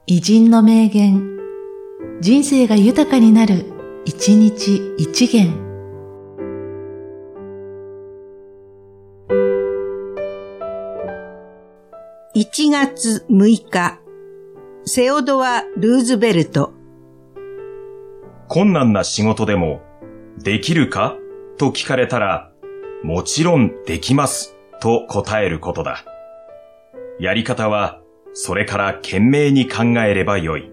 偉人の名言、人生が豊かになる、一日一元。 1月6日、セオドア・ルーズベルト。 困難な仕事でも、できるかと聞かれたら、もちろんできますと答えることだ。やり方は、それから懸命に考えればよい。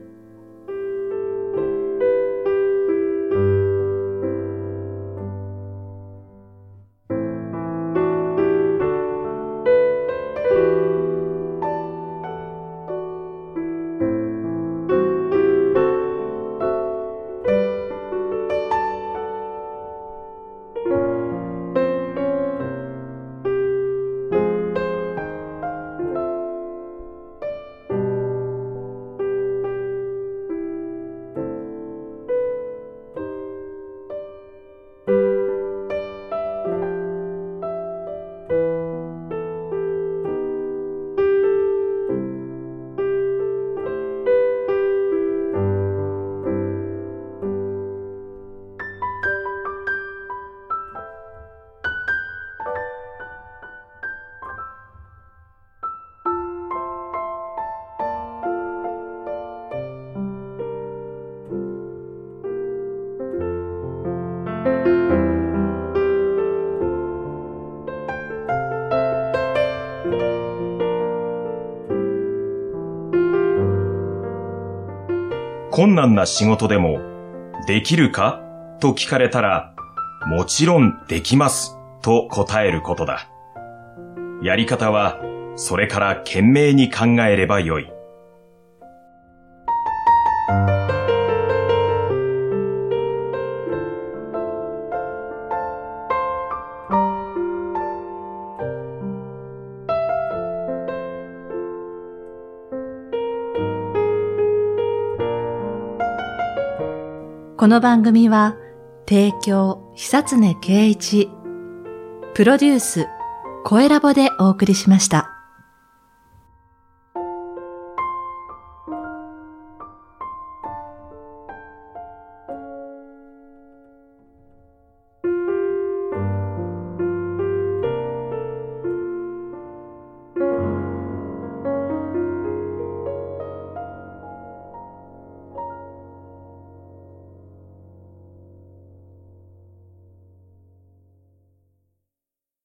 困難な仕事でも、できるかと聞かれたら、もちろんできますと答えることだ。やり方は、それから懸命に考えればよい。 この番組は、提供、久常圭一、プロデュース、声ラボでお送りしました。